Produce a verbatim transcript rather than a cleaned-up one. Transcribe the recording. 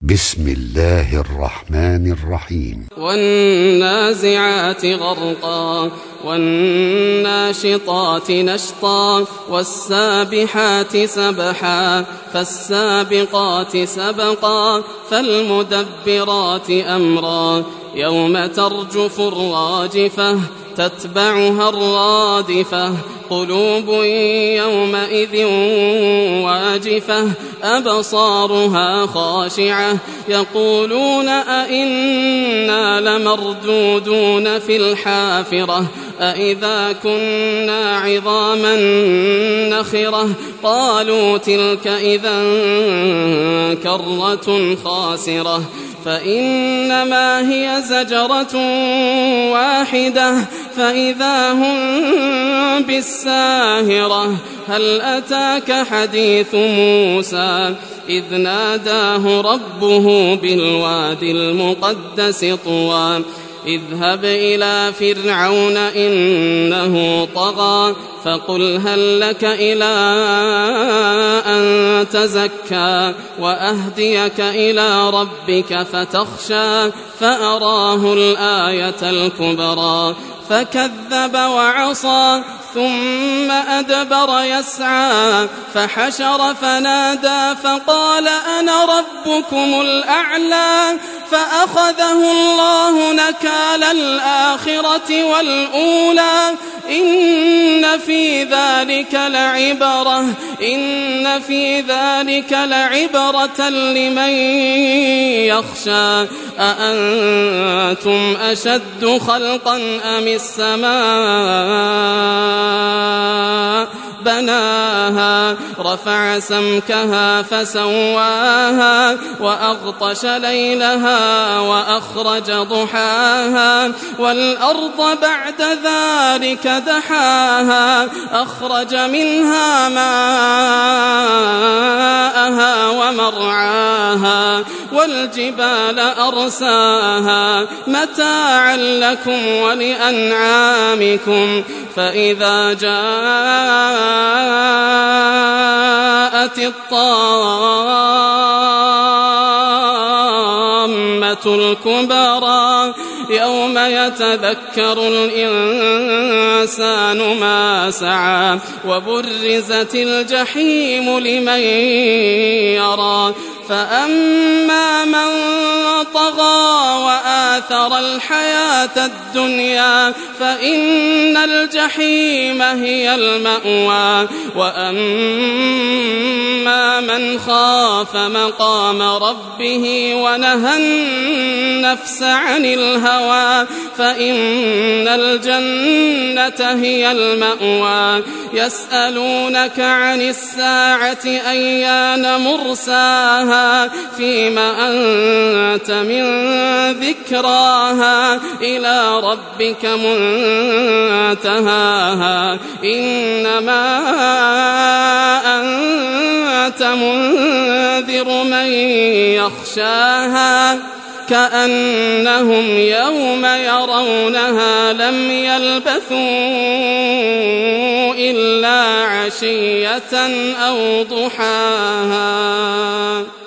بسم الله الرحمن الرحيم. والنازعات غرقا والناشطات نشطا والسابحات سبحا فالسابقات سبقا فالمدبرات أمرا يوم ترجف الراجفة تتبعها الرادفة قلوب يومئذ واجفة أبصارها خاشعة يقولون أئنا لمردودون في الحافرة أئذا كنا عظاما نخرة قالوا تلك إذا كرة خاسرة فإنما هي زجرة واحدة فإذا هم بالساهرة هل أتاك حديث موسى إذ ناداه ربه بالوادي المقدس طوى اذهب إلى فرعون إنه طغى فقل هل لك إلى أن تزكى وأهديك إلى ربك فتخشى فأراه الآية الكبرى فكذب وعصى ثم أدبر يسعى فحشر فنادى فقال أنا ربكم الأعلى فأخذه الله نكال الآخرة والأولى إن في ذلك لعبرة إن في ذلك لعبرة لمن يخشى أأنتم أشد خلقا أم السماء بناها رفع سمكها فسواها وأغطش ليلها وأخرج ضحاها والأرض بعد ذلك دحاها أخرج منها ماءها ومرعاها والجبال أرساها متاعا لكم ولأنعامكم فإذا جاءت الطامة الكبرى يوم يتذكر الإنسان ما سعى وبرزت الجحيم لمن يرى فأما من طغى وآثر الحياة الدنيا فإن الجحيم هي المأوى وأما من خاف مقام ربه ونهى النفس عن الهوى فإن الجنة هي المأوى يسألونك عن الساعة أيان مرساها فيما أنت من ذكراها إلى ربك منتهاها إنما أنت منذر من يخشاها كأنهم يوم يرونها لم يلبثوا إلا عشية أو ضحاها.